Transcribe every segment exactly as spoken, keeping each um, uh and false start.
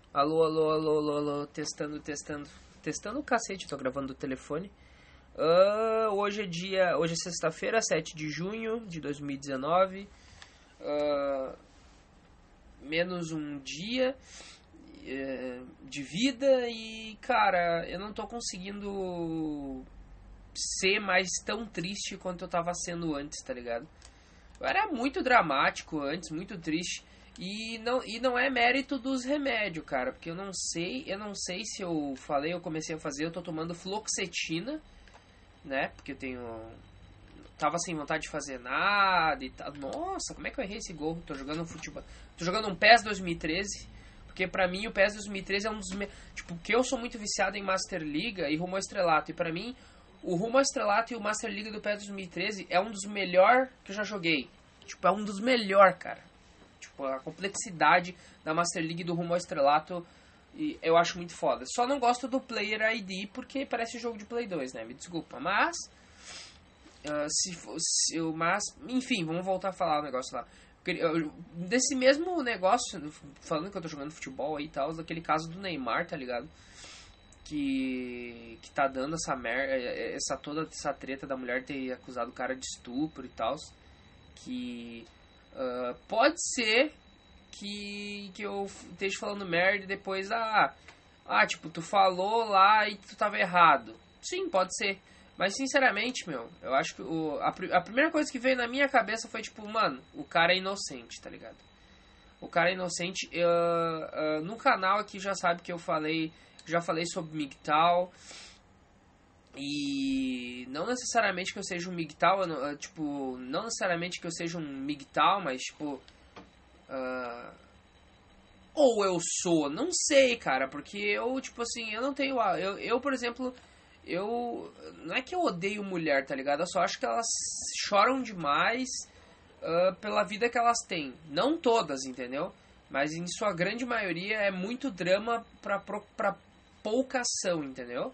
Alô, alô, alô, alô, alô, testando, testando. Testando o cacete, tô gravando do telefone. Ah, hoje é dia. Hoje é sexta-feira, sete de junho de dois mil e dezenove. Ah, menos um dia é, de vida e, cara, eu não tô conseguindo ser mais tão triste quanto eu tava sendo antes, tá ligado? Eu era muito dramático antes, muito triste. E não, e não é mérito dos remédios, cara. Porque eu não sei, eu não sei se eu falei, eu comecei a fazer, eu tô tomando fluoxetina, né? Porque eu tenho. Tava sem vontade de fazer nada e tal. Nossa, como é que eu errei esse gol? Tô jogando um futebol. Tô jogando um PES dois mil e treze. Porque pra mim o PES dois mil e treze é um dos. Me... Tipo, porque eu sou muito viciado em Master Liga e Rumo ao Estrelato. E pra mim, o Rumo ao Estrelato e o Master Liga do PES dois mil e treze é um dos melhores que eu já joguei. Tipo, é um dos melhores, cara. Tipo, a complexidade da Master League do Rumo ao Estrelato eu acho muito foda. Só não gosto do Player I D porque parece jogo de Play dois, né? Me desculpa. Mas, uh, se fosse. Mas, enfim, vamos voltar a falar o negócio lá. Eu, desse mesmo negócio, falando que eu tô jogando futebol aí e tal, daquele caso do Neymar, tá ligado? Que, que tá dando essa merda, essa, toda essa treta da mulher ter acusado o cara de estupro e tal. Que uh, pode ser que, que eu esteja falando merda e depois, ah, ah, tipo, tu falou lá e tu tava errado. Sim, pode ser. Mas, sinceramente, meu, eu acho que o, a, a primeira coisa que veio na minha cabeça foi, tipo, mano, o cara é inocente, tá ligado? O cara é inocente. Eu, uh, no canal aqui já sabe que eu falei, já falei sobre M G T O W. E não necessariamente que eu seja um M G T O W, tipo, não necessariamente que eu seja um M G T O W, mas, tipo, Uh, ou eu sou, não sei, cara, porque eu, tipo assim, eu não tenho. Eu, eu, por exemplo, eu. Não é que eu odeio mulher, tá ligado? Eu só acho que elas choram demais uh, pela vida que elas têm. Não todas, entendeu? Mas em sua grande maioria é muito drama pra, pra pouca ação, entendeu?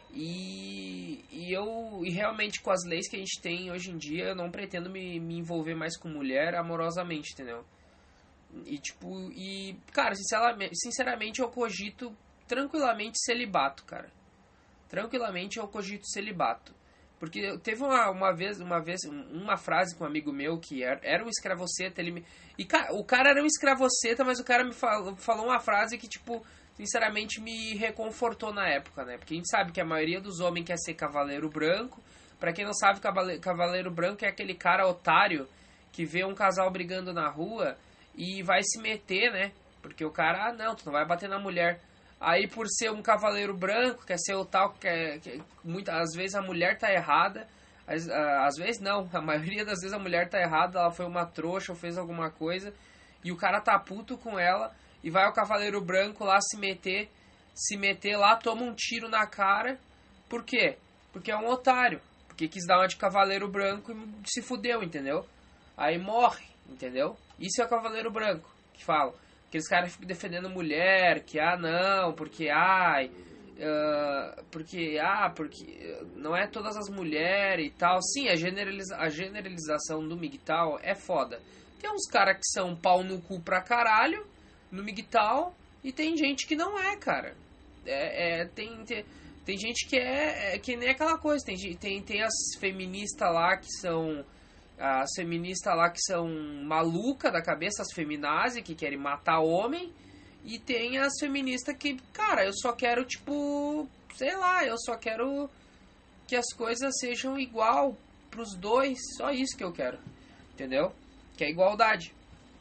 E, e eu. E realmente com as leis que a gente tem hoje em dia, eu não pretendo me, me envolver mais com mulher amorosamente, entendeu? E tipo, e cara, sinceramente, sinceramente eu cogito tranquilamente celibato, cara. Tranquilamente eu cogito celibato. Porque teve uma, uma vez, uma vez, uma frase com um amigo meu que era, era um escravoceta, ele me. E cara, o cara era um escravoceta, mas o cara me falou, falou uma frase que, tipo, sinceramente me reconfortou na época, né? Porque a gente sabe que a maioria dos homens quer ser cavaleiro branco. Pra quem não sabe, cavaleiro, cavaleiro branco é aquele cara otário que vê um casal brigando na rua e vai se meter, né? Porque o cara, ah, não, tu não vai bater na mulher. Aí, por ser um cavaleiro branco, quer ser o tal, que, que muitas às vezes a mulher tá errada. Às, às vezes não, a maioria das vezes a mulher tá errada, ela foi uma trouxa ou fez alguma coisa. E o cara tá puto com ela. E vai o cavaleiro branco lá se meter, se meter lá, toma um tiro na cara. Por quê? Porque é um otário. Porque quis dar uma de cavaleiro branco e se fudeu, entendeu? Aí morre, entendeu? Isso é o cavaleiro branco que fala. Aqueles caras ficam defendendo mulher, que ah não, porque ai, uh, porque ah, porque não é todas as mulheres e tal. Sim, a, generaliza a generalização do M G T O W é foda. Tem uns caras que são pau no cu pra caralho no M G T O W e tem gente que não é, cara. É, é tem, tem, tem gente que é, é que nem aquela coisa. Tem, tem, tem as feministas lá que são as feministas lá que são maluca da cabeça, as feminazes que querem matar homem. E tem as feministas que, cara, eu só quero, tipo, sei lá, eu só quero que as coisas sejam igual pros dois. Só isso que eu quero, entendeu? Que é igualdade.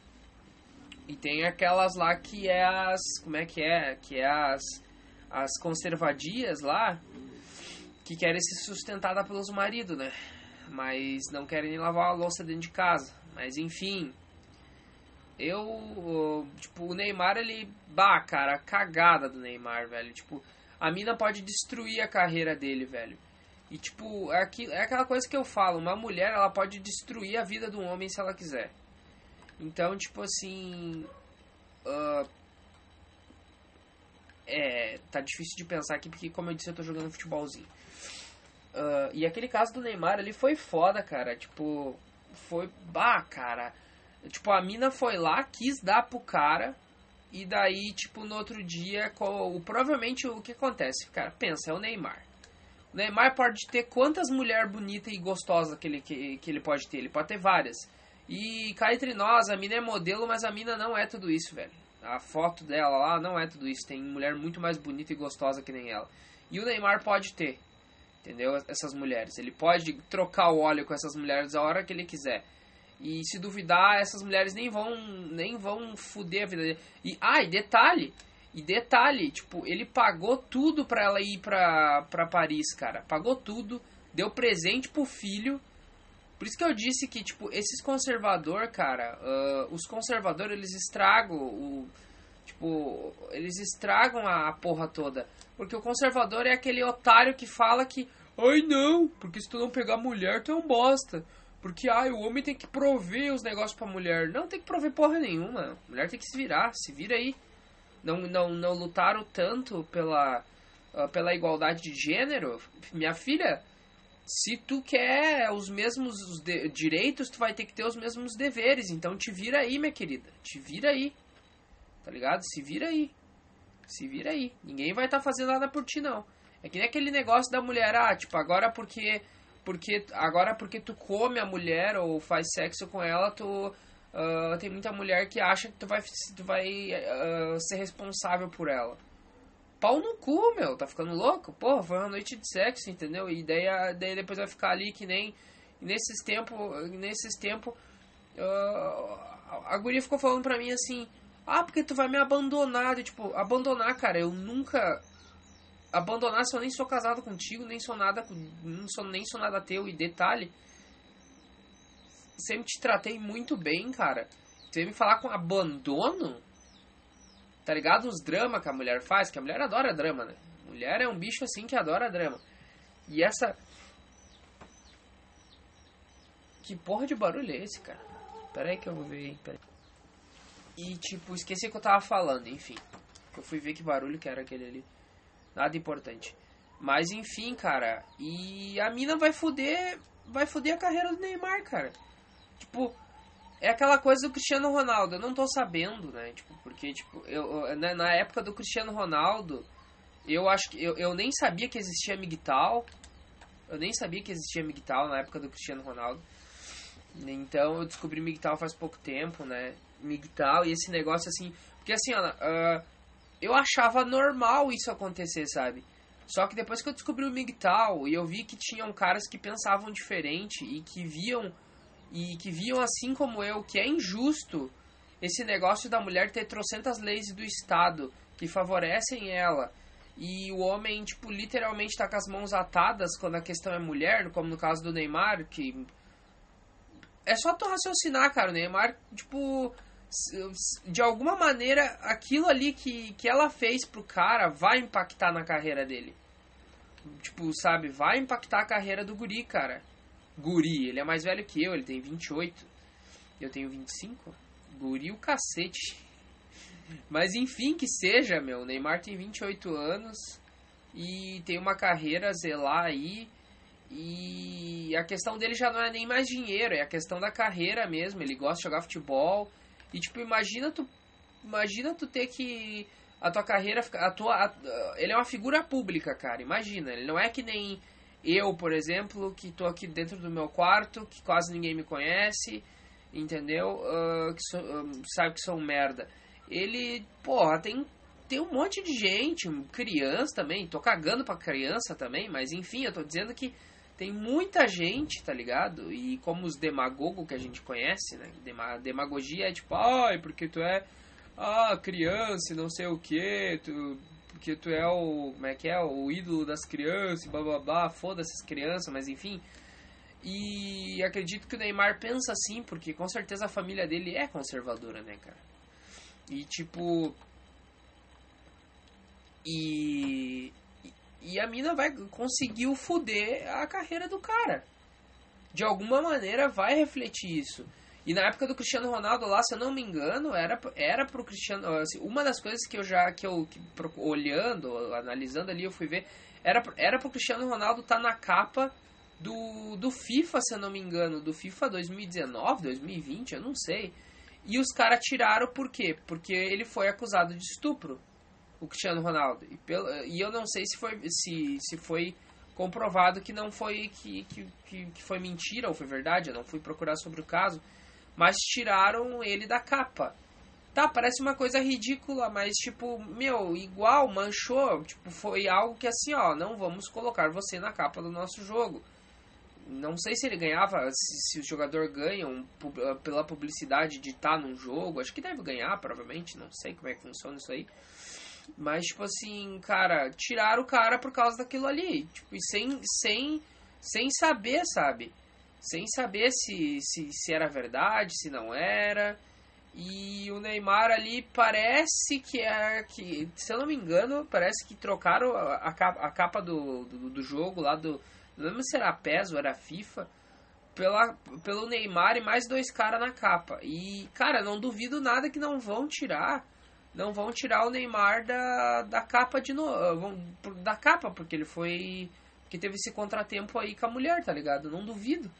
E tem aquelas lá que é as, como é que é? Que é as, as conservadias lá, que querem ser sustentadas pelos maridos, né? Mas não querem nem lavar a louça dentro de casa. Mas enfim, eu, tipo, o Neymar, ele, bah, cara, a cagada do Neymar, velho. Tipo, a mina pode destruir a carreira dele, velho. E tipo, é, aqui, é aquela coisa que eu falo, uma mulher, ela pode destruir a vida de um homem se ela quiser. Então, tipo assim, uh, é, tá difícil de pensar aqui, porque como eu disse, eu tô jogando futebolzinho. Uh, e aquele caso do Neymar ali foi foda, cara. Tipo, foi. Bah, cara. Tipo, a mina foi lá, quis dar pro cara. E daí, tipo, no outro dia, co- provavelmente o que acontece? Cara, pensa, é o Neymar. O Neymar pode ter quantas mulheres bonitas e gostosas que ele, que, que ele pode ter? Ele pode ter várias. E cá entre nós, a mina é modelo, mas a mina não é tudo isso, velho. A foto dela lá não é tudo isso. Tem mulher muito mais bonita e gostosa que nem ela. E o Neymar pode ter, entendeu? Essas mulheres. Ele pode trocar o óleo com essas mulheres a hora que ele quiser. E se duvidar, essas mulheres nem vão nem vão foder a vida dele. E, ah, e detalhe, e detalhe, tipo, ele pagou tudo pra ela ir pra, pra Paris, cara. Pagou tudo, deu presente pro filho. Por isso que eu disse que, tipo, esses conservador, cara, uh, os conservadores, eles estragam o... Tipo, eles estragam a, a porra toda. Porque o conservador é aquele otário que fala que... Ai, não, porque se tu não pegar mulher, tu é um bosta. Porque, ai, o homem tem que prover os negócios pra mulher. Não tem que prover porra nenhuma. A mulher tem que se virar. Se vira aí. Não, não, não lutaram tanto pela, uh, pela igualdade de gênero. Minha filha, se tu quer os mesmos os de- direitos, tu vai ter que ter os mesmos deveres. Então te vira aí, minha querida. Te vira aí. Tá ligado? Se vira aí. Se vira aí. Ninguém vai estar tá fazendo nada por ti, não. É que nem aquele negócio da mulher. Ah, tipo, agora porque... Porque, agora porque tu come a mulher ou faz sexo com ela, tu uh, tem muita mulher que acha que tu vai, tu vai uh, ser responsável por ela. Pau no cu, meu, tá ficando louco? Porra, foi uma noite de sexo, entendeu? E daí, daí depois vai ficar ali que nem... Nesses tempos, nesses tempos, uh, a guria ficou falando pra mim assim... Ah, porque tu vai me abandonar. E, tipo, abandonar, cara, eu nunca... Abandonar se eu nem sou casado contigo, nem sou nada, não sou, nem sou nada teu. E detalhe, sempre te tratei muito bem, cara. Você me falar com abandono? Tá ligado? Os dramas que a mulher faz, que a mulher adora drama, né? Mulher é um bicho assim que adora drama. E essa... Que porra de barulho é esse, cara? Pera aí que eu vou ver aí, pera aí. E tipo, esqueci o que eu tava falando, enfim. Eu fui ver que barulho que era aquele ali. Nada importante. Mas enfim, cara. E a mina vai foder. Vai foder a carreira do Neymar, cara. Tipo, é aquela coisa do Cristiano Ronaldo. Eu não tô sabendo, né? Tipo, porque, tipo, eu, na, na época do Cristiano Ronaldo, eu acho que. Eu, eu nem sabia que existia migtal. Eu nem sabia que existia migtal na época do Cristiano Ronaldo. Então eu descobri migtal faz pouco tempo, né? Migtal e esse negócio assim. Porque assim, ó. Uh, eu achava normal isso acontecer, sabe? Só que depois que eu descobri o migtal e eu vi que tinham caras que pensavam diferente e que viam e que viam assim como eu que é injusto esse negócio da mulher ter trocentas leis do Estado que favorecem ela e o homem, tipo, literalmente tá com as mãos atadas quando a questão é mulher, como no caso do Neymar, que é só tu raciocinar, cara. O Neymar, tipo... De alguma maneira, aquilo ali que, que ela fez pro cara vai impactar na carreira dele. Tipo, sabe? Vai impactar a carreira do guri, cara. Guri, ele é mais velho que eu, ele tem vinte e oito. Eu tenho vinte e cinco. Guri o cacete. Mas enfim, que seja, meu. O Neymar tem vinte e oito anos e tem uma carreira a zelar aí. E a questão dele já não é nem mais dinheiro, é a questão da carreira mesmo. Ele gosta de jogar futebol. E tipo, imagina tu, imagina tu ter que a tua carreira, a tua, a, ele é uma figura pública, cara. Imagina, ele não é que nem eu, por exemplo, que tô aqui dentro do meu quarto, que quase ninguém me conhece, entendeu? Uh, que sou, uh, sabe que sou um merda. Ele, porra, tem tem um monte de gente, criança também. Tô cagando pra criança também, mas enfim, eu tô dizendo que tem muita gente, tá ligado? E como os demagogos que a gente conhece, né? Demagogia é tipo, ai, porque tu é ah, criança e não sei o que, tu, porque tu é o, como é que é, o ídolo das crianças, blá blá blá, foda-se as crianças, mas enfim. E acredito que o Neymar pensa assim, porque com certeza a família dele é conservadora, né, cara? E tipo... E... E a mina vai conseguir foder a carreira do cara. De alguma maneira vai refletir isso. E na época do Cristiano Ronaldo lá, se eu não me engano, era, era pro Cristiano... Assim, uma das coisas que eu já... Que eu, que, olhando, analisando ali, eu fui ver... Era, era pro Cristiano Ronaldo estar tá na capa do, do FIFA, se eu não me engano. Do FIFA dois mil e dezenove, dois mil e vinte, eu não sei. E os caras tiraram por quê? Porque ele foi acusado de estupro, o Cristiano Ronaldo. E, pelo, e eu não sei se foi, se, se foi comprovado que não foi, que, que, que, que foi mentira ou foi verdade. Eu não fui procurar sobre o caso. Mas tiraram ele da capa. Tá, parece uma coisa ridícula, mas tipo, meu, igual, manchou. Tipo, foi algo que assim, ó, não vamos colocar você na capa do nosso jogo. Não sei se ele ganhava, se, se o jogador ganha um, pela publicidade de estar num jogo. Acho que deve ganhar, provavelmente. Não sei como é que funciona isso aí. Mas, tipo assim, cara, tiraram o cara por causa daquilo ali. Tipo, e sem, sem, sem saber, sabe? Sem saber se, se, se era verdade, se não era. E o Neymar ali parece que é... que, se eu não me engano, parece que trocaram a, a capa, a capa do, do, do jogo lá do... Não lembro se era a PES ou era a FIFA. Pela, pelo Neymar e mais dois caras na capa. E, cara, não duvido nada que não vão tirar... Não vão tirar o Neymar da, da capa de novo. Da capa, porque ele foi... Que teve esse contratempo aí com a mulher, tá ligado? Não duvido.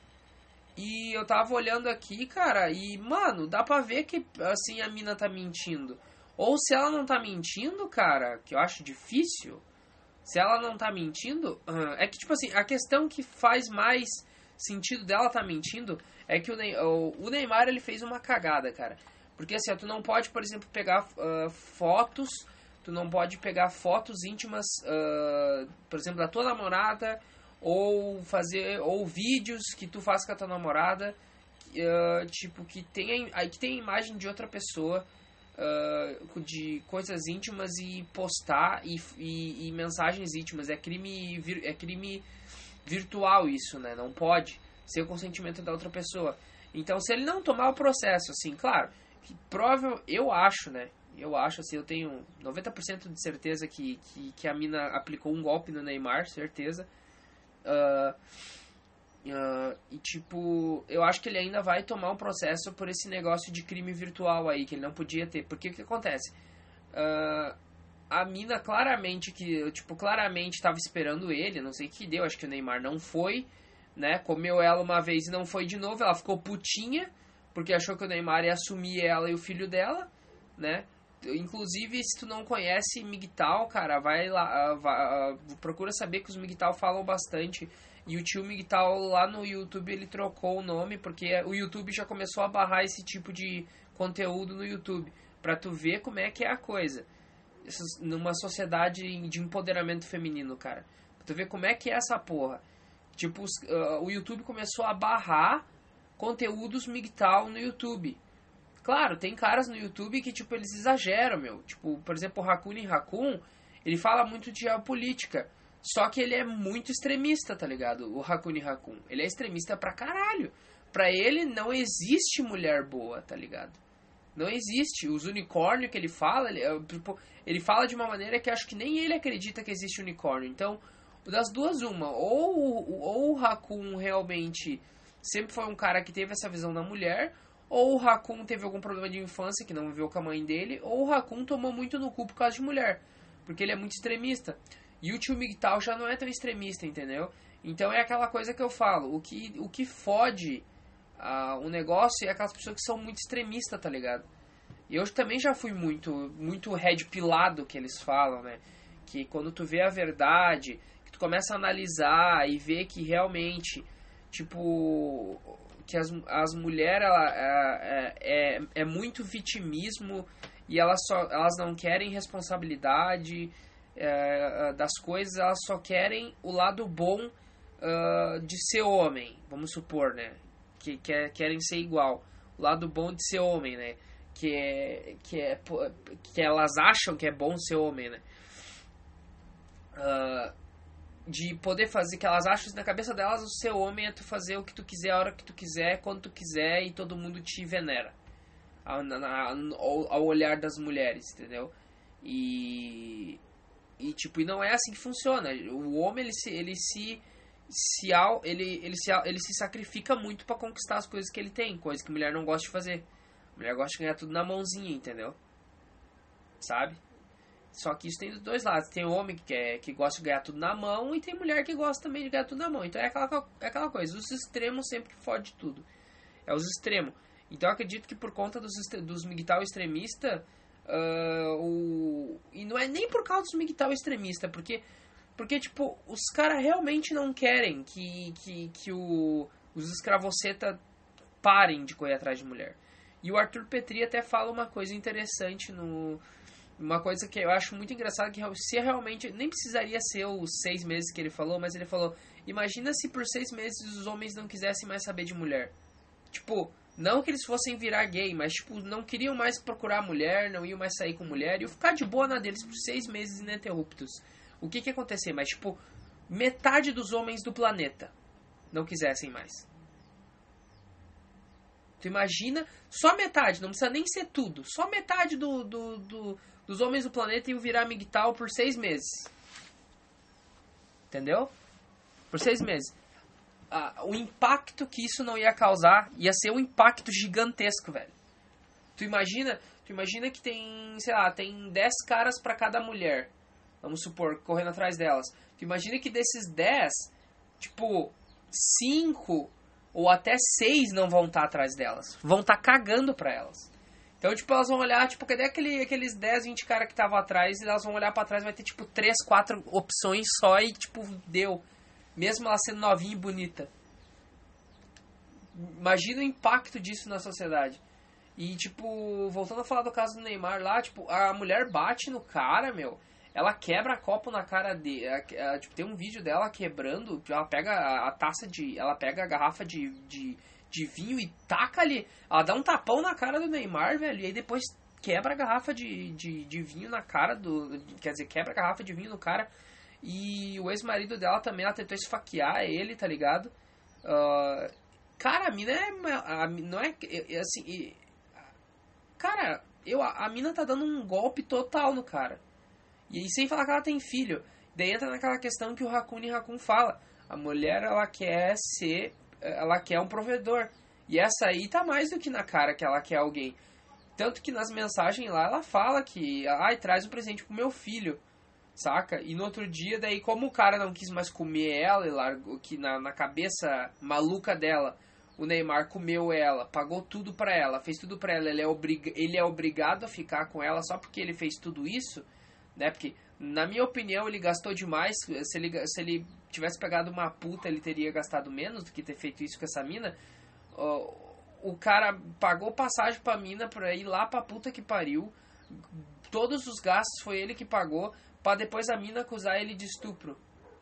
E eu tava olhando aqui, cara, e, mano, dá pra ver que, assim, a mina tá mentindo. Ou se ela não tá mentindo, cara, que eu acho difícil, se ela não tá mentindo, é que, tipo assim, a questão que faz mais sentido dela tá mentindo é que o Neymar, ele fez uma cagada, cara. Porque, assim, ó, tu não pode, por exemplo, pegar uh, fotos, tu não pode pegar fotos íntimas, uh, por exemplo, da tua namorada... ou fazer ou vídeos que tu faz com a tua namorada uh, tipo que tem aí que tem a imagem de outra pessoa uh, de coisas íntimas e postar e, e, e mensagens íntimas. É crime vir, é crime virtual isso, né? Não pode ser o consentimento da outra pessoa. Então, se ele não tomar o processo, assim, claro, que prova, eu acho, né? Eu acho, assim, eu tenho noventa por cento de certeza que, que, que a mina aplicou um golpe no Neymar, certeza. Uh, uh, e tipo, eu acho que ele ainda vai tomar um processo por esse negócio de crime virtual aí, que ele não podia ter. Porque o que acontece? Uh, a mina claramente, que tipo, claramente estava esperando ele, não sei o que deu, acho que o Neymar não foi, né? Comeu ela uma vez e não foi de novo, ela ficou putinha, porque achou que o Neymar ia assumir ela e o filho dela, né? Inclusive, se tu não conhece M G T O W, cara, vai lá, vai, procura saber que os M G T O W falam bastante. E o tio M G T O W lá no YouTube, ele trocou o nome, porque o YouTube já começou a barrar esse tipo de conteúdo no YouTube, pra tu ver como é que é a coisa. Essas, numa sociedade de empoderamento feminino, cara. Pra tu ver como é que é essa porra. Tipo, os, uh, o YouTube começou a barrar conteúdos M G T O W no YouTube. Claro, tem caras no YouTube que, tipo, eles exageram, meu. Tipo, por exemplo, o Hakuni Hakun, ele fala muito de geopolítica. Só que ele é muito extremista, tá ligado? O Hakuni Hakun. Ele é extremista pra caralho. Pra ele, não existe mulher boa, tá ligado? Não existe. Os unicórnios que ele fala, ele, tipo, ele fala de uma maneira que acho que nem ele acredita que existe unicórnio. Então, das duas, uma. Ou, ou o Hakun realmente sempre foi um cara que teve essa visão da mulher... Ou o Hakun teve algum problema de infância que não viveu com a mãe dele, ou o Hakun tomou muito no cu por causa de mulher, porque ele é muito extremista. E o tio M G T O W já não é tão extremista, entendeu? Então é aquela coisa que eu falo, o que, o que fode uh, o negócio é aquelas pessoas que são muito extremistas, tá ligado? E eu também já fui muito, muito red pilado, que eles falam, né? Que quando tu vê a verdade, que tu começa a analisar e ver que realmente, tipo... que as, as mulheres ela, é, é, é muito vitimismo e elas, só, elas não querem responsabilidade é, das coisas, elas só querem o lado bom uh, de ser homem, vamos supor, né? Que, que é, querem ser igual. O lado bom de ser homem, né? Que, é, que, é, que elas acham que é bom ser homem, né? Uh, de poder fazer, que elas acham na cabeça delas, o ser homem é tu fazer o que tu quiser, a hora que tu quiser, quando tu quiser, e todo mundo te venera ao, ao, ao olhar das mulheres, entendeu? E e tipo, e não é assim que funciona. O homem, ele se ele se, se ele, ele, se, ele se sacrifica muito pra conquistar as coisas que ele tem, coisas que a mulher não gosta de fazer. A mulher gosta de ganhar tudo na mãozinha, entendeu? Sabe? Só que isso tem dos dois lados. Tem homem que, quer, que gosta de ganhar tudo na mão e tem mulher que gosta também de ganhar tudo na mão. Então é aquela, é aquela coisa. Os extremos sempre que fode tudo. É os extremos. Então eu acredito que por conta dos, dos migtal extremista, uh, o... e não é nem por causa dos migtal extremista, porque, porque tipo, os caras realmente não querem que, que, que o, os escravoceta parem de correr atrás de mulher. E o Arthur Petri até fala uma coisa interessante, no, uma coisa que eu acho muito engraçada, que se realmente, nem precisaria ser os seis meses que ele falou, mas ele falou, imagina se por seis meses os homens não quisessem mais saber de mulher. Tipo, não que eles fossem virar gay, mas tipo, não queriam mais procurar mulher, não iam mais sair com mulher, e ficar de boa na deles por seis meses ininterruptos. O que que ia acontecer? Mas tipo, metade dos homens do planeta não quisessem mais. Tu imagina, só metade, não precisa nem ser tudo, só metade do, do, do, dos homens do planeta iam virar migtal por seis meses. Entendeu? Por seis meses. Ah, o impacto que isso não ia causar ia ser um impacto gigantesco, velho. Tu imagina, tu imagina que tem, sei lá, tem dez caras pra cada mulher, vamos supor, correndo atrás delas. Tu imagina que desses dez, tipo, cinco ou até seis não vão estar atrás delas. Vão estar cagando pra elas. Então, tipo, elas vão olhar, tipo, cadê aquele, aqueles dez, vinte caras que estavam atrás? E elas vão olhar pra trás, vai ter, tipo, três, quatro opções só e, tipo, deu. Mesmo ela sendo novinha e bonita. Imagina o impacto disso na sociedade. E, tipo, voltando a falar do caso do Neymar lá, tipo, a mulher bate no cara, meu. Ela quebra copo na cara dele. Tipo, tem um vídeo dela quebrando. Ela pega a, a taça de. Ela pega a garrafa de, de, de vinho e taca ali. Ela dá um tapão na cara do Neymar, velho. E aí depois quebra a garrafa de, de, de vinho na cara do. Quer dizer, quebra a garrafa de vinho no cara. E o ex-marido dela também, ela tentou esfaquear ele, tá ligado? Uh, cara, a mina é. A, não é. é assim. Cara, eu, a, a mina tá dando um golpe total no cara. E aí, sem falar que ela tem filho. Daí entra naquela questão que o Hakuni Hakun fala. A mulher, ela quer ser... Ela quer um provedor. E essa aí tá mais do que na cara que ela quer alguém. Tanto que nas mensagens lá, ela fala que... Ai, traz um presente pro meu filho. Saca? E no outro dia, daí como o cara não quis mais comer ela, e largou que na, na cabeça maluca dela, o Neymar comeu ela, pagou tudo pra ela, fez tudo pra ela. Ele é, obrig, ele é obrigado a ficar com ela só porque ele fez tudo isso. Né? Porque, na minha opinião, ele gastou demais. Se ele, se ele tivesse pegado uma puta, ele teria gastado menos do que ter feito isso com essa mina. Uh, o cara pagou passagem pra mina pra ir lá pra puta que pariu. Todos os gastos foi ele que pagou, pra depois a mina acusar ele de estupro.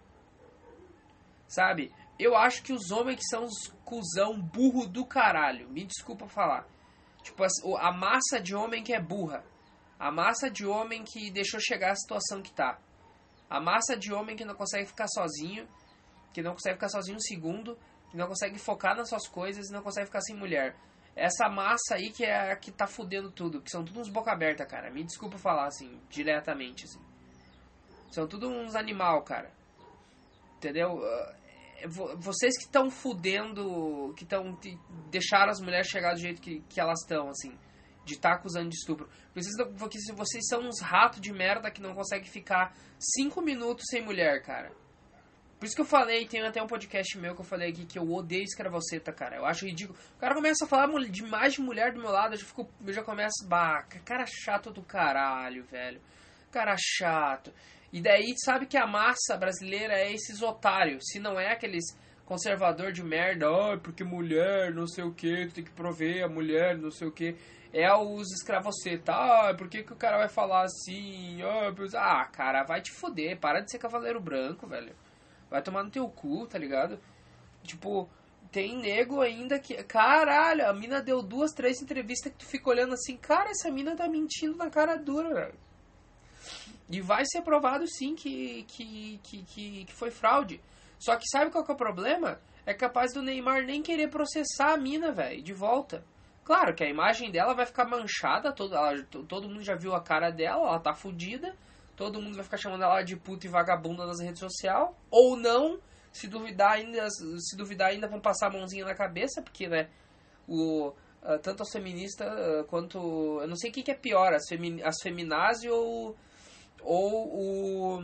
Sabe? Eu acho que os homens que são os cuzão burro do caralho. Me desculpa falar. Tipo, a, a massa de homem que é burra. A massa de homem que deixou chegar a situação que tá. A massa de homem que não consegue ficar sozinho. Que não consegue ficar sozinho um segundo. Que não consegue focar nas suas coisas e não consegue ficar sem mulher. Essa massa aí que é a que tá fudendo tudo. Que são tudo uns boca aberta, cara. Me desculpa falar assim, diretamente, assim. São tudo uns animal, cara. Entendeu? Vocês que estão fudendo. Que estão. Deixaram as mulheres chegar do jeito que, que elas estão, assim. De estar tá acusando de estupro. Vocês, porque vocês são uns ratos de merda que não conseguem ficar cinco minutos sem mulher, cara. Por isso que eu falei, tem até um podcast meu que eu falei aqui que eu odeio escravoceta, cara. Eu acho ridículo. O cara começa a falar de mais de mulher do meu lado, eu já, fico, eu já começo, bah, cara chato do caralho, velho. Cara chato. E daí, sabe que a massa brasileira é esses otários. Se não é aqueles conservador de merda, oh, porque mulher, não sei o que, tu tem que prover a mulher, não sei o que. É os escravoceta. Ah, por que, que o cara vai falar assim? Ah, cara, vai te foder. Para de ser cavaleiro branco, velho. Vai tomar no teu cu, tá ligado? Tipo, tem nego ainda que... Caralho, a mina deu duas, três entrevistas que tu fica olhando assim. Cara, essa mina tá mentindo na cara dura, velho. E vai ser provado sim que, que, que, que, que foi fraude. Só que sabe qual que é o problema? É capaz do Neymar nem querer processar a mina, velho, de volta. Claro que a imagem dela vai ficar manchada, todo, ela, todo mundo já viu a cara dela, ela tá fodida, todo mundo vai ficar chamando ela de puta e vagabunda nas redes sociais, ou não, se duvidar ainda, se duvidar ainda vão passar a mãozinha na cabeça, porque, né, o, uh, tanto as feministas uh, quanto, eu não sei o que, que é pior, as, femi, as feminazes ou, ou o,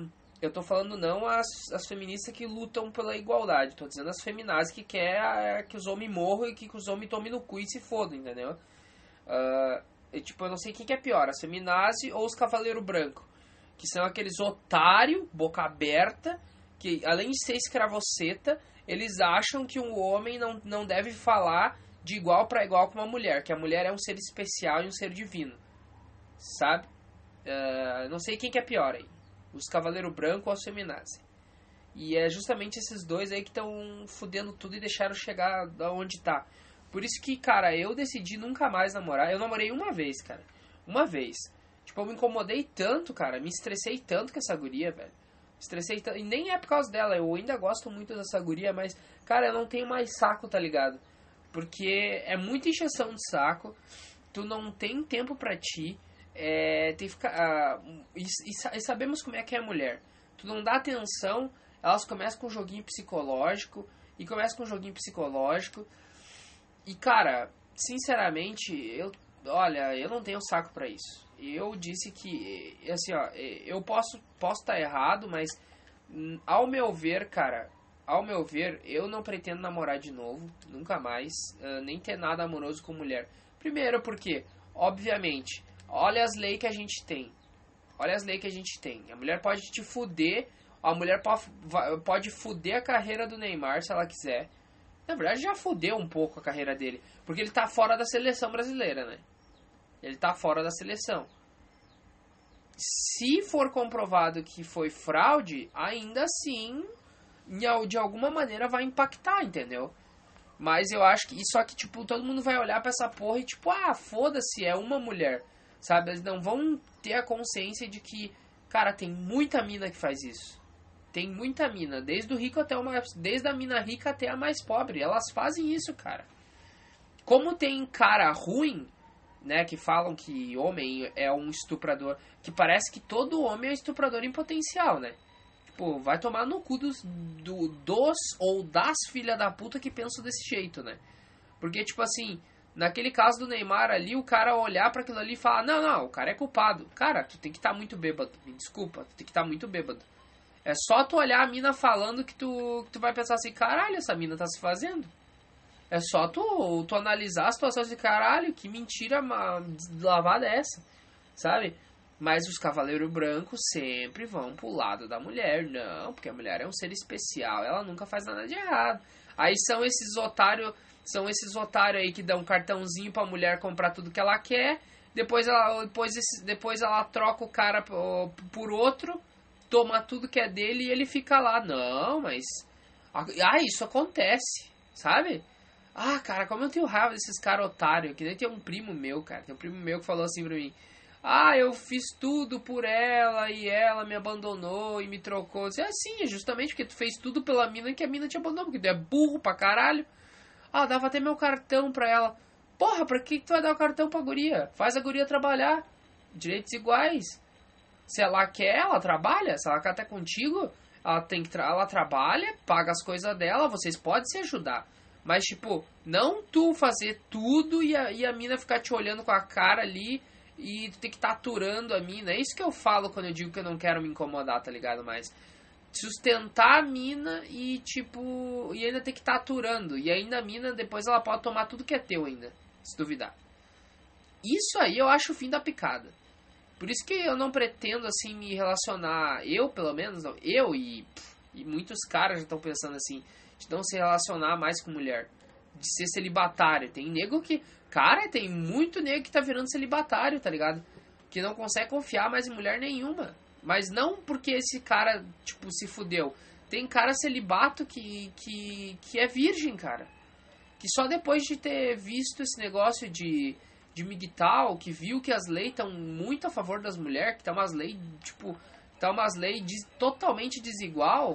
Eu tô falando não as, as feministas que lutam pela igualdade. Tô dizendo as feminazes que quer que os homens morram e que, que os homens tomem no cu e se fodam, entendeu? Uh, e, tipo, eu não sei quem que é pior, as feminazes ou os cavaleiro branco. Que são aqueles otários, boca aberta, que além de ser escravoceta, eles acham que um homem não, não deve falar de igual para igual com uma mulher. Que a mulher é um ser especial e um ser divino. Sabe? Uh, não sei quem que é pior aí. Os Cavaleiro Branco ou as Feminazes. E é justamente esses dois aí que estão fudendo tudo e deixaram chegar da onde tá. Por isso que, cara, eu decidi nunca mais namorar. Eu namorei uma vez, cara. Uma vez. Tipo, eu me incomodei tanto, cara. Me estressei tanto com essa guria, velho. Me estressei tanto. E nem é por causa dela. Eu ainda gosto muito dessa guria, mas, cara, eu não tenho mais saco, tá ligado? Porque é muita encheção de saco. Tu não tem tempo pra ti. É, tem que ficar, uh, e, e, e sabemos como é que é a mulher. Tu não dá atenção, elas começam com um joguinho psicológico e começam com um joguinho psicológico. E cara, sinceramente, eu, olha, eu não tenho saco pra isso. Eu disse que, assim, ó, eu posso posso estar errado, mas ao meu ver, cara, ao meu ver, eu não pretendo namorar de novo, nunca mais, uh, nem ter nada amoroso com mulher. Primeiro porque, obviamente, olha as leis que a gente tem. Olha as leis que a gente tem. A mulher pode te fuder. A mulher pode, pode fuder a carreira do Neymar se ela quiser. Na verdade, já fudeu um pouco a carreira dele. Porque ele tá fora da seleção brasileira, né? Ele tá fora da seleção. Se for comprovado que foi fraude, ainda assim, de alguma maneira vai impactar, entendeu? Mas eu acho que... Só que, tipo, todo mundo vai olhar pra essa porra e, tipo, ah, foda-se, é uma mulher. Sabe, eles não vão ter a consciência de que, cara, tem muita mina que faz isso. Tem muita mina, desde o rico até o mais, desde a mina rica até a mais pobre. Elas fazem isso, cara. Como tem cara ruim, né, que falam que homem é um estuprador, que parece que todo homem é estuprador em potencial, né? Tipo, vai tomar no cu dos, do, dos ou das filha da puta que pensam desse jeito, né? Porque, tipo assim... Naquele caso do Neymar ali, o cara olhar pra aquilo ali e falar, não, não, o cara é culpado. Cara, tu tem que estar tá muito bêbado. Me desculpa, tu tem que estar tá muito bêbado. É só tu olhar a mina falando que tu, que tu vai pensar assim, caralho, essa mina tá se fazendo. É só tu, tu analisar a situação de caralho, que mentira lavada é essa, sabe? Mas os cavaleiros brancos sempre vão pro lado da mulher. Não, porque a mulher é um ser especial, ela nunca faz nada de errado. Aí são esses otários... São esses otários aí que dão um cartãozinho pra mulher comprar tudo que ela quer. Depois ela, depois, depois ela troca o cara por outro. Toma tudo que é dele e ele fica lá. Não, mas... Ah, isso acontece, sabe? Ah, cara, como eu tenho raiva desses caras otários. Que nem tem um primo meu, cara. Tem um primo meu que falou assim pra mim. Ah, eu fiz tudo por ela e ela me abandonou e me trocou. Eu disse, ah, sim, é justamente porque tu fez tudo pela mina que a mina te abandonou. Porque tu é burro pra caralho. Ah, dava até meu cartão pra ela. Porra, pra que tu vai dar o cartão pra guria? Faz a guria trabalhar. Direitos iguais. Se ela quer, ela trabalha. Se ela quer estar contigo, ela, tem que tra- ela trabalha, paga as coisas dela, vocês podem se ajudar. Mas, tipo, não tu fazer tudo e a, e a mina ficar te olhando com a cara ali e tu ter que estar aturando a mina. É isso que eu falo quando eu digo que eu não quero me incomodar, tá ligado? Mas... sustentar a mina e, tipo... E ainda ter que estar tá aturando. E ainda a mina, depois ela pode tomar tudo que é teu ainda. Se duvidar. Isso aí eu acho o fim da picada. Por isso que eu não pretendo, assim, me relacionar... Eu, pelo menos, não. Eu e, e muitos caras já estão pensando, assim... De não se relacionar mais com mulher. De ser celibatário. Tem nego que... Cara, tem muito nego que tá virando celibatário, tá ligado? Que não consegue confiar mais em mulher nenhuma. Mas não porque esse cara, tipo, se fudeu. Tem cara celibato que, que, que é virgem, cara. Que só depois de ter visto esse negócio de, de migtal, que viu que as leis estão muito a favor das mulheres, que tá umas leis, tipo, tá umas leis de, totalmente desigual,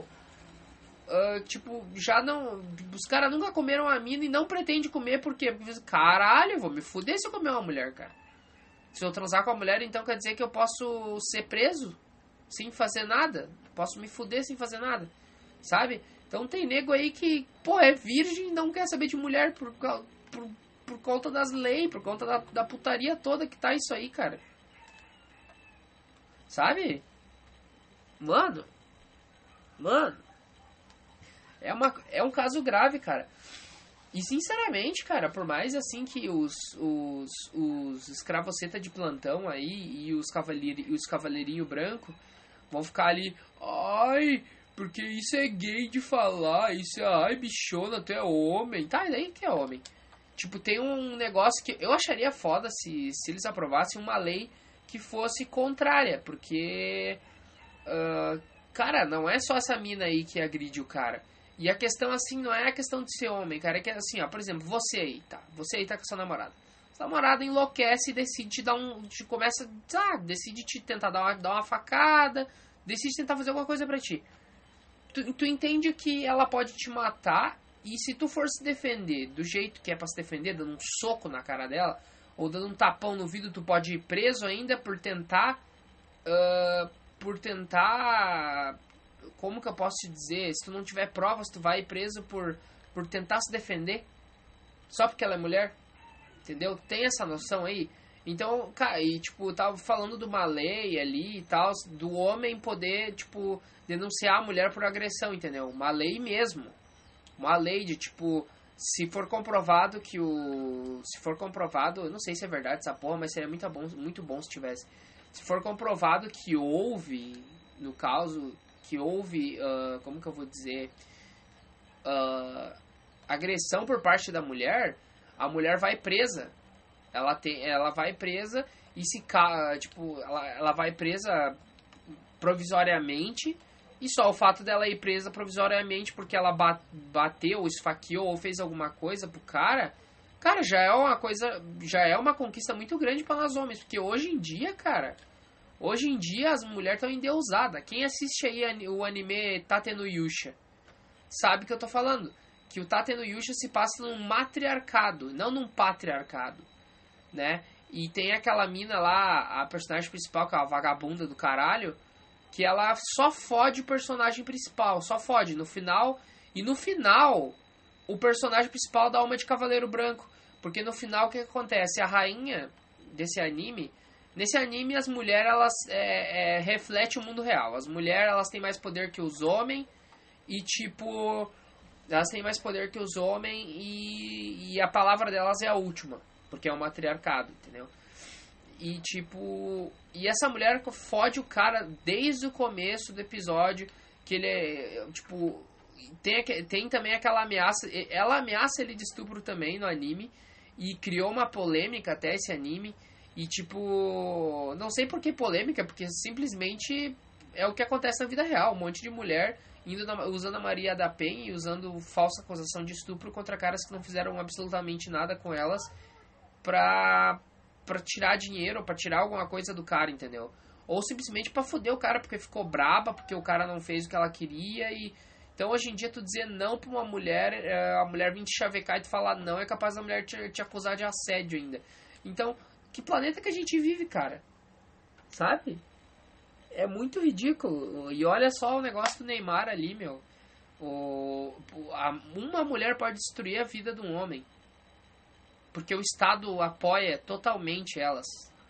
uh, tipo, já não... Os caras nunca comeram a mina e não pretende comer, por quê? Porque, caralho, eu vou me fuder se eu comer uma mulher, cara. Se eu transar com a mulher, então quer dizer que eu posso ser preso? Sem fazer nada. Posso me fuder sem fazer nada. Sabe? Então tem nego aí que, pô, é virgem e não quer saber de mulher por, por, por conta das leis, por conta da, da putaria toda que tá isso aí, cara. Sabe? Mano, Mano, é, uma, é um caso grave, cara. E sinceramente, cara, por mais assim que os, os, os escravoceta de plantão aí e os, cavaleiri, os cavaleirinho branco vão ficar ali, ai, porque isso é gay de falar, isso é, ai, bichona, tu é homem. Tá, e daí que é homem? Tipo, tem um negócio que eu acharia foda se, se eles aprovassem uma lei que fosse contrária, porque, uh, cara, não é só essa mina aí que agride o cara. E a questão, assim, não é a questão de ser homem, cara, é que, assim, ó, por exemplo, você aí, tá, você aí tá com sua namorada. Sua namorada enlouquece e decide te dar um, te começa, ah, decide te tentar dar uma, dar uma facada, decide tentar fazer alguma coisa pra ti. Tu, tu entende que ela pode te matar, e se tu for se defender do jeito que é pra se defender, dando um soco na cara dela, ou dando um tapão no vidro, tu pode ir preso ainda por tentar, uh, por tentar... Como que eu posso te dizer? Se tu não tiver provas, tu vai preso por, por tentar se defender. Só porque ela é mulher. Entendeu? Tem essa noção aí. Então, cara, e tipo, tava falando de uma lei ali e tal, do homem poder, tipo, denunciar a mulher por agressão, entendeu? Uma lei mesmo. Uma lei de, tipo, se for comprovado que o... Se for comprovado, eu não sei se é verdade essa porra, mas seria muito bom, muito bom se tivesse. Se for comprovado que houve, no caso... que houve, uh, como que eu vou dizer, uh, agressão por parte da mulher, a mulher vai presa. Ela, tem, ela vai presa e se, tipo, ela, ela vai presa provisoriamente, e só o fato dela ir presa provisoriamente porque ela bateu, esfaqueou ou fez alguma coisa pro cara, cara, já é uma coisa, já é uma conquista muito grande para nós homens, porque hoje em dia, cara... Hoje em dia as mulheres estão endeusadas. Quem assiste aí o anime Tate no Yusha sabe que eu tô falando. Que o Tate no Yusha se passa num matriarcado, não num patriarcado, né? E tem aquela mina lá, a personagem principal, que é a vagabunda do caralho, que ela só fode o personagem principal, só fode no final. E no final, o personagem principal dá uma de Cavaleiro Branco. Porque no final o que acontece? A rainha desse anime... Nesse anime, as mulheres, elas é, é, refletem o mundo real. As mulheres, elas têm mais poder que os homens. E, tipo... Elas têm mais poder que os homens. E, e a palavra delas é a última. Porque é um matriarcado, entendeu? E, tipo... E essa mulher fode o cara desde o começo do episódio. Que ele é... Tipo... Tem, tem também aquela ameaça... Ela ameaça ele de estupro também no anime. E criou uma polêmica até esse anime... E, tipo, não sei por que polêmica, porque simplesmente é o que acontece na vida real. Um monte de mulher indo na, usando a Maria da Penha e usando falsa acusação de estupro contra caras que não fizeram absolutamente nada com elas pra, pra tirar dinheiro, pra tirar alguma coisa do cara, entendeu? Ou simplesmente pra foder o cara porque ficou braba, porque o cara não fez o que ela queria. E então, hoje em dia, tu dizer não pra uma mulher, a mulher vir te chavecar e tu falar não, é capaz da mulher te, te acusar de assédio ainda. Então... Que planeta que a gente vive, cara? Sabe? É muito ridículo. E olha só o negócio do Neymar ali, meu. O, a, uma mulher pode destruir a vida de um homem. Porque o Estado apoia totalmente elas.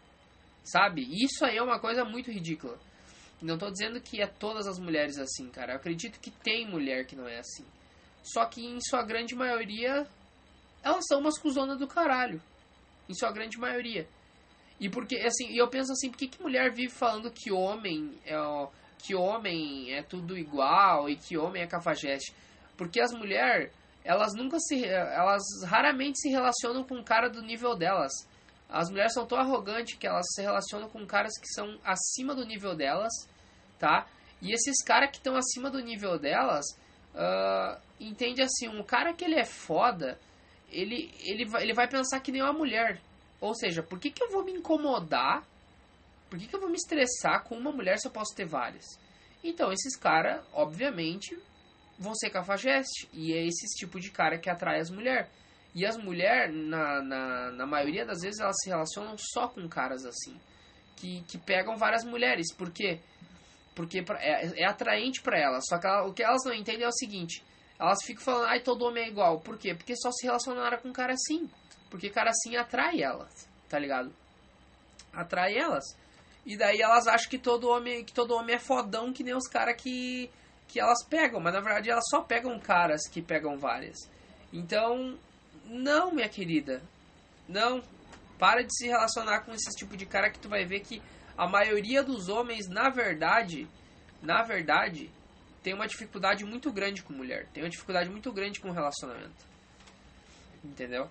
Sabe? Isso aí é uma coisa muito ridícula. Não tô dizendo que é todas as mulheres assim, cara. Eu acredito que tem mulher que não é assim. Só que em sua grande maioria, elas são umas cuzonas do caralho. Em sua grande maioria. E porque, assim, eu penso assim, por que, que mulher vive falando que homem é ó, que homem é tudo igual e que homem é cafajeste? Porque as mulheres, elas nunca se, elas raramente se relacionam com um cara do nível delas. As mulheres são tão arrogantes que elas se relacionam com caras que são acima do nível delas, tá? E esses caras que estão acima do nível delas, uh, entende assim, um cara que ele é foda, ele, ele, vai, ele vai pensar que nem uma mulher. Ou seja, por que, que eu vou me incomodar? Por que, que eu vou me estressar com uma mulher se eu posso ter várias? Então, esses caras, obviamente, vão ser cafajeste. E é esse tipo de cara que atrai as mulheres. E as mulheres, na, na, na maioria das vezes, elas se relacionam só com caras assim. Que, que pegam várias mulheres. Por quê? Porque é, é atraente pra elas. Só que ela, o que elas não entendem é o seguinte. Elas ficam falando, ai, todo homem é igual. Por quê? Porque só se relacionaram com um cara assim. Porque cara assim atrai elas, tá ligado? Atrai elas. E daí elas acham que todo homem, que todo homem é fodão, que nem os caras que, que elas pegam, mas na verdade elas só pegam caras que pegam várias. Então, não, minha querida, não, para de se relacionar com esse tipo de cara que tu vai ver que a maioria dos homens, na verdade, na verdade, tem uma dificuldade muito grande com mulher, tem uma dificuldade muito grande com relacionamento, entendeu?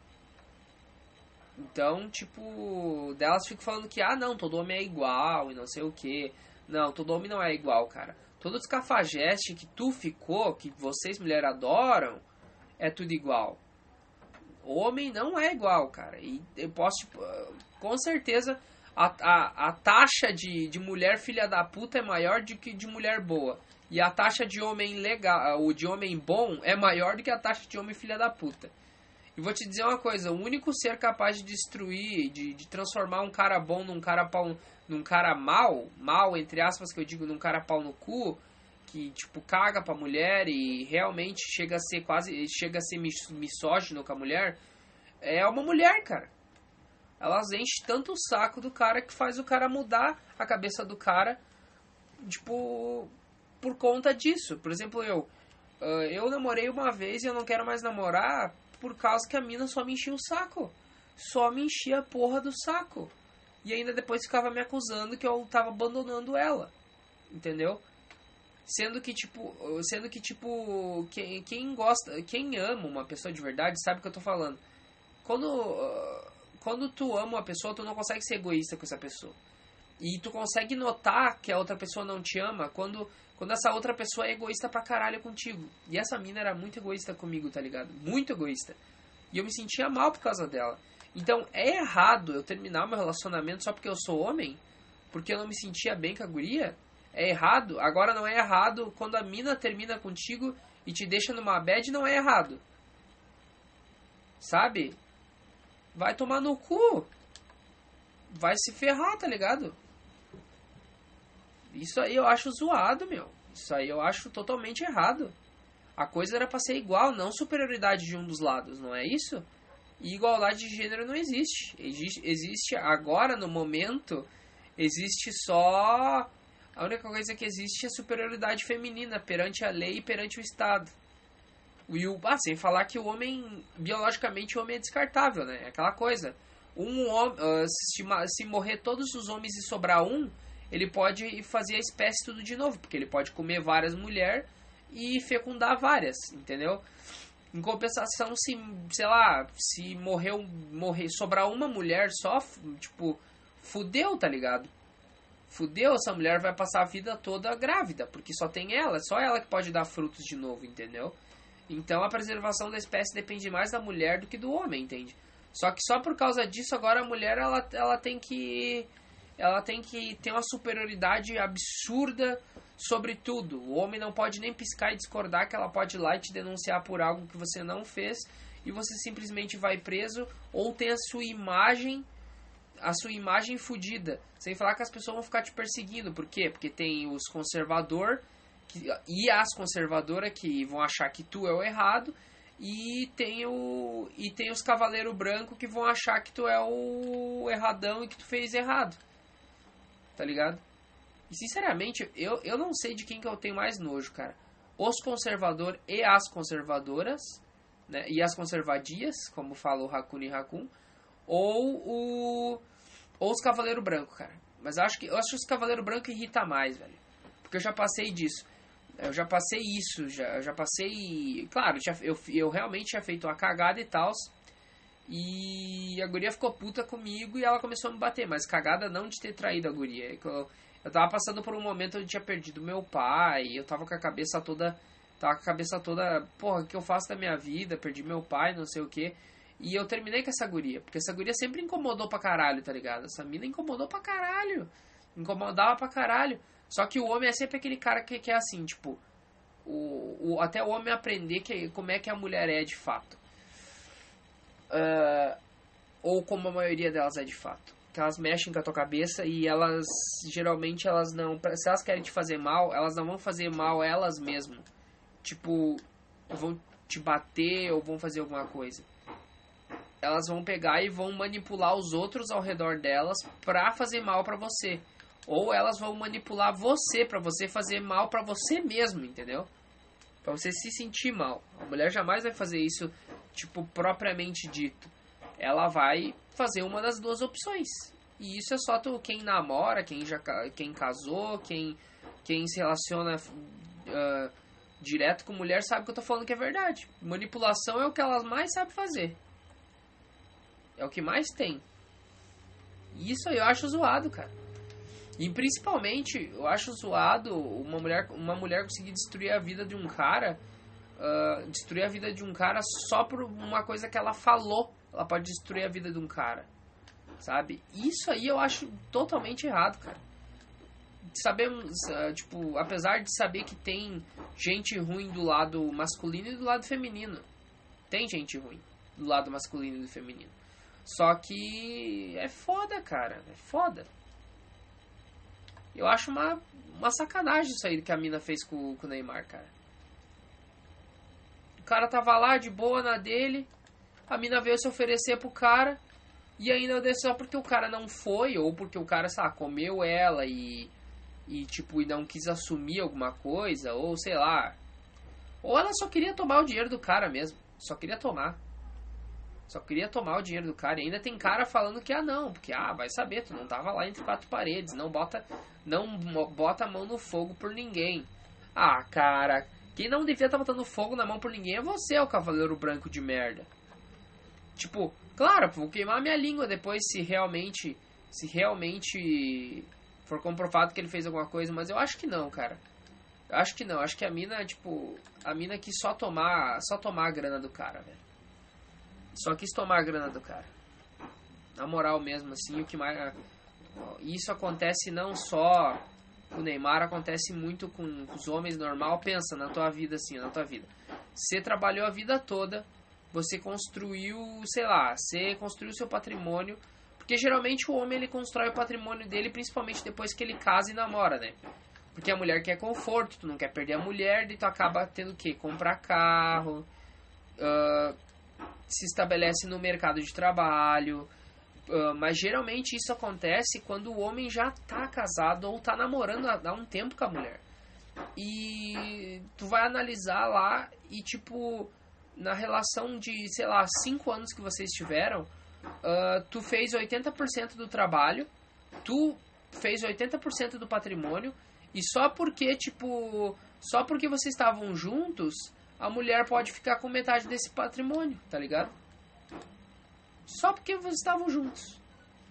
Então, tipo, delas ficam falando que, ah, não, todo homem é igual e não sei o que. Não, todo homem não é igual, cara. Todo os cafajeste que tu ficou, que vocês mulheres adoram, é tudo igual. O homem não é igual, cara. E eu posso, tipo, com certeza, a, a, a taxa de, de mulher filha da puta é maior do que de mulher boa. E a taxa de homem legal, ou de homem bom, é maior do que a taxa de homem filha da puta. E vou te dizer uma coisa, o único ser capaz de destruir, de, de transformar um cara bom num cara pau, num cara mal, mal entre aspas que eu digo, num cara pau no cu, que tipo caga pra mulher e realmente chega a ser quase, chega a ser misógino com a mulher, é uma mulher, cara. Elas enchem tanto o saco do cara que faz o cara mudar a cabeça do cara, tipo, por conta disso. Por exemplo, eu, eu namorei uma vez e eu não quero mais namorar por causa que a mina só me enchia o saco. Só me enchia a porra do saco. E ainda depois ficava me acusando que eu tava abandonando ela. Entendeu? Sendo que, tipo, sendo que, tipo, quem, quem gosta, quem ama uma pessoa de verdade sabe o que eu tô falando. Quando, uh, quando tu ama uma pessoa, tu não consegue ser egoísta com essa pessoa. E tu consegue notar que a outra pessoa não te ama quando, quando essa outra pessoa é egoísta pra caralho contigo. E essa mina era muito egoísta comigo, tá ligado? Muito egoísta. E eu me sentia mal por causa dela. Então é errado eu terminar meu relacionamento só porque eu sou homem? Porque eu não me sentia bem com a guria? É errado? Agora não é errado quando a mina termina contigo e te deixa numa bad, não é errado. Sabe? Vai tomar no cu. Vai se ferrar, tá ligado? Isso aí eu acho zoado, meu. Isso aí eu acho totalmente errado. A coisa era pra ser igual, não superioridade de um dos lados, não é isso? E igualdade de gênero não existe. Existe, existe agora, no momento, existe só... A única coisa que existe é a superioridade feminina perante a lei e perante o Estado. E o, ah, sem falar que o homem, biologicamente, o homem é descartável, né? É aquela coisa. Um homem, uh, se, se morrer todos os homens e sobrar um, ele pode fazer a espécie tudo de novo, porque ele pode comer várias mulheres e fecundar várias, entendeu? Em compensação, se, sei lá, se morrer, morrer, sobrar uma mulher só, tipo, fudeu, tá ligado? Fudeu, essa mulher vai passar a vida toda grávida, porque só tem ela, só ela que pode dar frutos de novo, entendeu? Então a preservação da espécie depende mais da mulher do que do homem, entende? Só que só por causa disso agora a mulher ela, ela tem que ela tem que ter uma superioridade absurda sobre tudo. O homem não pode nem piscar e discordar que ela pode ir lá e te denunciar por algo que você não fez e você simplesmente vai preso ou tem a sua imagem a sua imagem fodida. Sem falar que as pessoas vão ficar te perseguindo. Por quê? Porque tem os conservador que, e as conservadoras que vão achar que tu é o errado e tem, o, e tem os cavaleiro branco que vão achar que tu é o erradão e que tu fez errado. Tá ligado? E sinceramente, eu, eu não sei de quem que eu tenho mais nojo, cara. Os conservador e as conservadoras, né? E as conservadias, como fala o Hakuni Hakun, ou o ou os cavaleiro branco, cara. Mas eu acho que eu acho que os cavaleiro branco irrita mais, velho. Porque eu já passei disso. Eu já passei isso, já, eu já passei... Claro, já, eu, eu realmente tinha feito uma cagada e tal. E a guria ficou puta comigo e ela começou a me bater. Mas cagada não de ter traído a guria. Eu, eu tava passando por um momento onde eu tinha perdido meu pai. Eu tava com a cabeça toda... Tava com a cabeça toda... Porra, o que eu faço da minha vida? Perdi meu pai, não sei o que. E eu terminei com essa guria. Porque essa guria sempre incomodou pra caralho, tá ligado? Essa mina incomodou pra caralho. Incomodava pra caralho. Só que o homem é sempre aquele cara que, que é assim, tipo... O, o, até o homem aprender que, como é que a mulher é de fato. Uh, ou como a maioria delas é de fato. Que elas mexem com a tua cabeça e elas... Geralmente elas não... Se elas querem te fazer mal, elas não vão fazer mal elas mesmas. Tipo... Vão te bater ou vão fazer alguma coisa. Elas vão pegar e vão manipular os outros ao redor delas pra fazer mal pra você. Ou elas vão manipular você, pra você fazer mal pra você mesmo, entendeu? Pra você se sentir mal. A mulher jamais vai fazer isso, tipo, propriamente dito. Ela vai fazer uma das duas opções. E isso é só tu, quem namora, quem já quem casou, quem, quem se relaciona uh, direto com mulher sabe que eu tô falando que é verdade. Manipulação é o que elas mais sabem fazer. É o que mais tem. E isso aí eu acho zoado, cara. E principalmente, eu acho zoado uma mulher, uma mulher conseguir destruir a vida de um cara, uh, destruir a vida de um cara só por uma coisa que ela falou. Ela pode destruir a vida de um cara, sabe? Isso aí eu acho totalmente errado, cara. Sabemos, uh, tipo, apesar de saber que tem gente ruim do lado masculino e do lado feminino. Tem gente ruim do lado masculino e do feminino. Só que é foda, cara. É foda. Eu acho uma, uma sacanagem isso aí que a mina fez com, com o Neymar, cara. O cara tava lá de boa na dele. A mina veio se oferecer pro cara. E ainda só porque o cara não foi. Ou porque o cara, sei lá, comeu ela e... E tipo, e não quis assumir alguma coisa. Ou sei lá. Ou ela só queria tomar o dinheiro do cara mesmo. Só queria tomar. Só queria tomar o dinheiro do cara. E ainda tem cara falando que, ah, não, porque, ah, vai saber, tu não tava lá entre quatro paredes. Não bota, não bota a mão no fogo por ninguém. Ah, cara, quem não devia estar botando fogo na mão por ninguém é você, o cavaleiro branco de merda. Tipo, claro, vou queimar minha língua depois se realmente, se realmente for comprovado que ele fez alguma coisa, mas eu acho que não, cara. Eu acho que não, acho que a mina, tipo, a mina quis só tomar, só tomar a grana do cara, velho. Só quis tomar a grana do cara. Na moral mesmo, assim, o que mais... Isso acontece não só com o Neymar, acontece muito com, com os homens normal. Pensa na tua vida, assim, na tua vida. Você trabalhou a vida toda, você construiu, sei lá, você construiu seu patrimônio. Porque geralmente o homem, ele constrói o patrimônio dele, principalmente depois que ele casa e namora, né? Porque a mulher quer conforto, tu não quer perder a mulher, e tu acaba tendo o quê? Comprar carro... Uh, se estabelece no mercado de trabalho, uh, mas geralmente isso acontece quando o homem já tá casado ou tá namorando há um tempo com a mulher. E tu vai analisar lá e, tipo, na relação de, sei lá, cinco anos que vocês tiveram, uh, tu fez oitenta por cento do trabalho, tu fez oitenta por cento do patrimônio, e só porque, tipo, só porque vocês estavam juntos... A mulher pode ficar com metade desse patrimônio, tá ligado? Só porque vocês estavam juntos.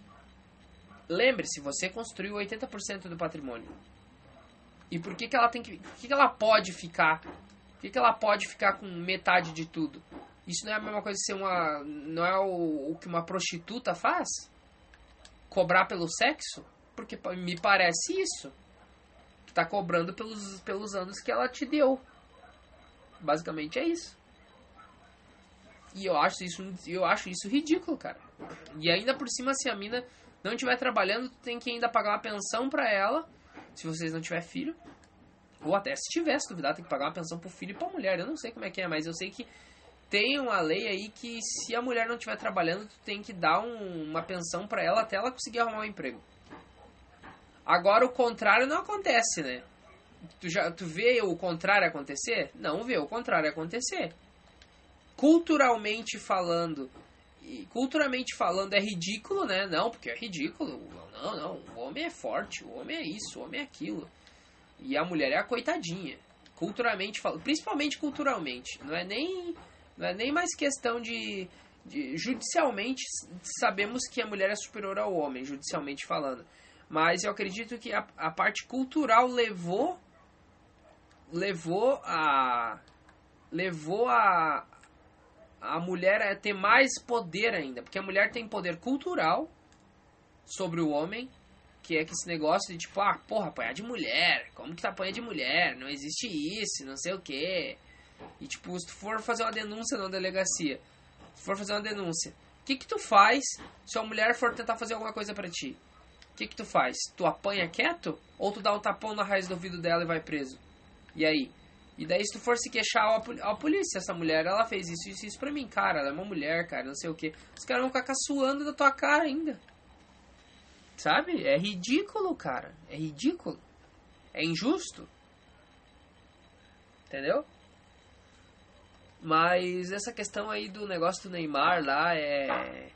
Lembre-se, você construiu oitenta por cento do patrimônio. E por que que ela tem que... Por que que ela pode ficar... Por que que ela pode ficar com metade de tudo? Isso não é a mesma coisa de ser uma... Não é o, o que uma prostituta faz? Cobrar pelo sexo? Porque me parece isso. Que tá cobrando pelos, pelos anos que ela te deu. Basicamente é isso. E eu acho isso, eu acho isso ridículo, cara. E ainda por cima, se a mina não estiver trabalhando, tu tem que ainda pagar uma pensão pra ela, se vocês não tiver filho. Ou até se tiver, se duvidar, tem que pagar uma pensão pro filho e pra mulher. Eu não sei como é que é, mas eu sei que tem uma lei aí que se a mulher não estiver trabalhando, tu tem que dar um, uma pensão pra ela até ela conseguir arrumar um emprego. Agora o contrário não acontece, né? Tu, já, tu vê o contrário acontecer? Não vê o contrário acontecer. Culturalmente falando, e culturalmente falando é ridículo, né? Não, porque é ridículo. Não, não, o homem é forte, o homem é isso, o homem é aquilo. E a mulher é a coitadinha. Culturalmente falando, principalmente culturalmente. Não é nem, não é nem mais questão de, de... Judicialmente, sabemos que a mulher é superior ao homem, judicialmente falando. Mas eu acredito que a, a parte cultural levou... levou a levou a a mulher a ter mais poder ainda, porque a mulher tem poder cultural sobre o homem, que é que esse negócio de tipo, ah, porra, apanhar de mulher, como que tá apanhando de mulher, não existe isso, não sei o que, e tipo, se tu for fazer uma denúncia na delegacia, se for fazer uma denúncia, o que que tu faz se a mulher for tentar fazer alguma coisa pra ti? O que que tu faz? Tu apanha quieto? Ou tu dá um tapão na raiz do ouvido dela e vai preso? E aí? E daí se tu for se queixar à polícia, essa mulher, ela fez isso, isso, isso pra mim. Cara, ela é uma mulher, cara, não sei o que. Os caras vão ficar caçoando da tua cara ainda. Sabe? É ridículo, cara. É ridículo. É injusto. Entendeu? Mas essa questão aí do negócio do Neymar lá é...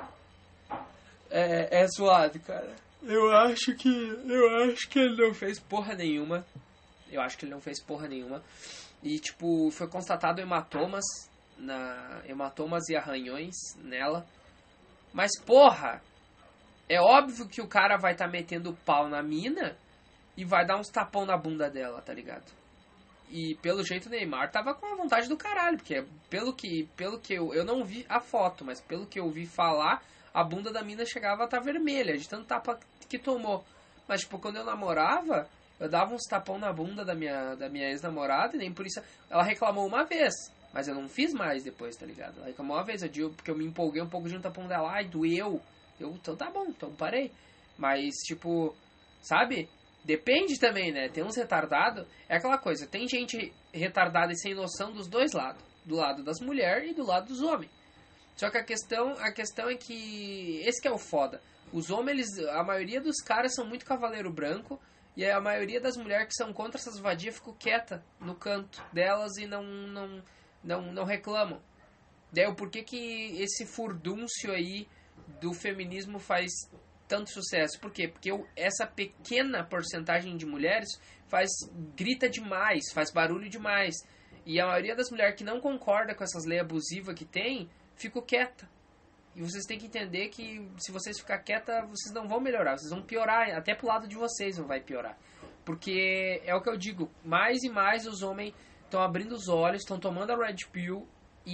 É, é zoado, cara. Eu acho que... Eu acho que ele não fez porra nenhuma. Eu acho que ele não fez porra nenhuma. E, tipo, foi constatado hematomas, na, hematomas e arranhões nela. Mas, porra, é óbvio que o cara vai estar tá metendo o pau na mina e vai dar uns tapão na bunda dela, tá ligado? E, pelo jeito, o Neymar tava com a vontade do caralho. Porque, pelo que, pelo que eu... Eu não vi a foto, mas pelo que eu vi falar, a bunda da mina chegava a estar tá vermelha, de tanto tapa que tomou. Mas, tipo, quando eu namorava... Eu dava uns tapão na bunda da minha, da minha ex-namorada e nem por isso... Ela reclamou uma vez, mas eu não fiz mais depois, tá ligado? Ela reclamou uma vez, eu digo, porque eu me empolguei um pouco de um tapão dela. Ai, doeu. Eu, então tá bom, então parei. Mas, tipo, sabe? Depende também, né? Tem uns retardados. É aquela coisa, tem gente retardada e sem noção dos dois lados. Do lado das mulheres e do lado dos homens. Só que a questão, a questão é que... Esse que é o foda. Os homens, eles, a maioria dos caras são muito cavaleiro branco. E a maioria das mulheres que são contra essas vadias ficam quieta no canto delas e não, não, não, não reclamam. Daí o porquê que esse furdúncio aí do feminismo faz tanto sucesso? Por quê? Porque essa pequena porcentagem de mulheres faz, grita demais, faz barulho demais. E a maioria das mulheres que não concorda com essas leis abusivas que tem, fica quieta. E vocês têm que entender que se vocês ficar quieta, vocês não vão melhorar. Vocês vão piorar. Até pro lado de vocês não vai piorar. Porque é o que eu digo. Mais e mais os homens estão abrindo os olhos, estão tomando a Red Pill.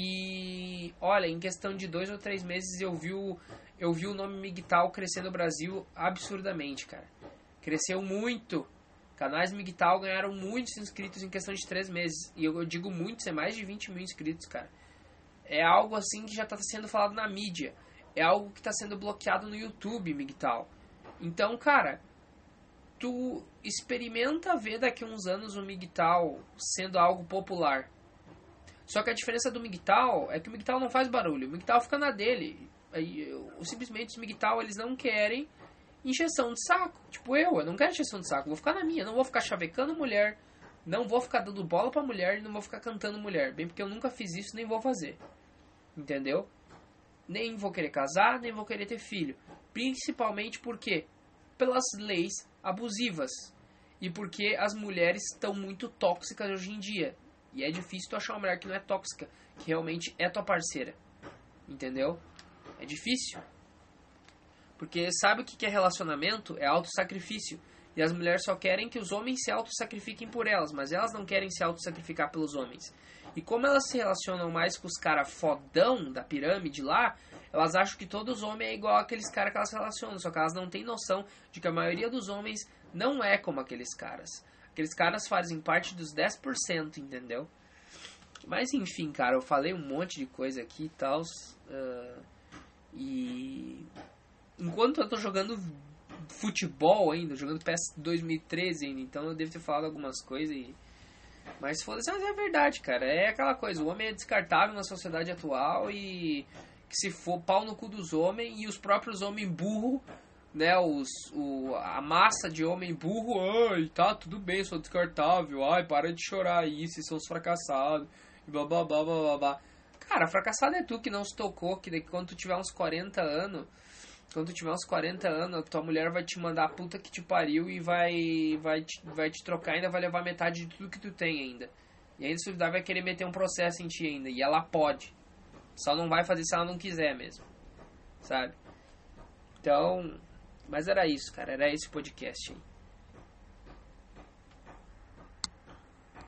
E olha, em questão de dois ou três meses eu vi o, eu vi o nome M G T O W crescer no Brasil absurdamente, cara. Cresceu muito. Canais M G T O W ganharam muitos inscritos em questão de três meses. E eu, eu digo muitos, é mais de vinte mil inscritos, cara. É algo assim que já está sendo falado na mídia. É algo que está sendo bloqueado no YouTube, M G T O W. Então, cara, tu experimenta ver daqui a uns anos o M G T O W sendo algo popular. Só que a diferença do M G T O W é que o M G T O W não faz barulho. O M G T O W fica na dele. Aí, eu, simplesmente os M G T O W eles não querem encheção de saco. Tipo eu, eu não quero encheção de saco. Vou ficar na minha. Não vou ficar chavecando mulher. Não vou ficar dando bola pra mulher e não vou ficar cantando mulher. Bem porque eu nunca fiz isso, nem vou fazer. Entendeu? Nem vou querer casar, nem vou querer ter filho. Principalmente porque pelas leis abusivas. E porque as mulheres estão muito tóxicas hoje em dia. E é difícil tu achar uma mulher que não é tóxica, que realmente é tua parceira. Entendeu? É difícil. Porque sabe o que é relacionamento? É autossacrifício. E as mulheres só querem que os homens se autossacrifiquem por elas, mas elas não querem se autossacrificar pelos homens. E como elas se relacionam mais com os caras fodão da pirâmide lá, elas acham que todos os homens é igual aqueles caras que elas se relacionam. Só que elas não têm noção de que a maioria dos homens não é como aqueles caras. Aqueles caras fazem parte dos dez por cento, entendeu? Mas enfim, cara, eu falei um monte de coisa aqui e tal. Uh, e... Enquanto eu tô jogando futebol ainda, jogando P E S dois mil e treze ainda, então eu devo ter falado algumas coisas e... Mas foda-se, mas é verdade, cara. É aquela coisa, o homem é descartável na sociedade atual e que se for pau no cu dos homens e os próprios homens burro, né, os, o, a massa de homem burro, ai, tá, tudo bem, sou descartável, ai, para de chorar aí, vocês são os fracassados, e blá blá blá blá blá. Cara, fracassado é tu que não se tocou, que daqui quando tu tiver uns quarenta anos, quando tu tiver uns quarenta anos, tua mulher vai te mandar a puta que te pariu e vai, vai, te, vai te trocar e ainda vai levar metade de tudo que tu tem ainda. E ainda se duvidar vai querer meter um processo em ti ainda. E ela pode. Só não vai fazer se ela não quiser mesmo. Sabe? Então... Mas era isso, cara. Era esse o podcast aí.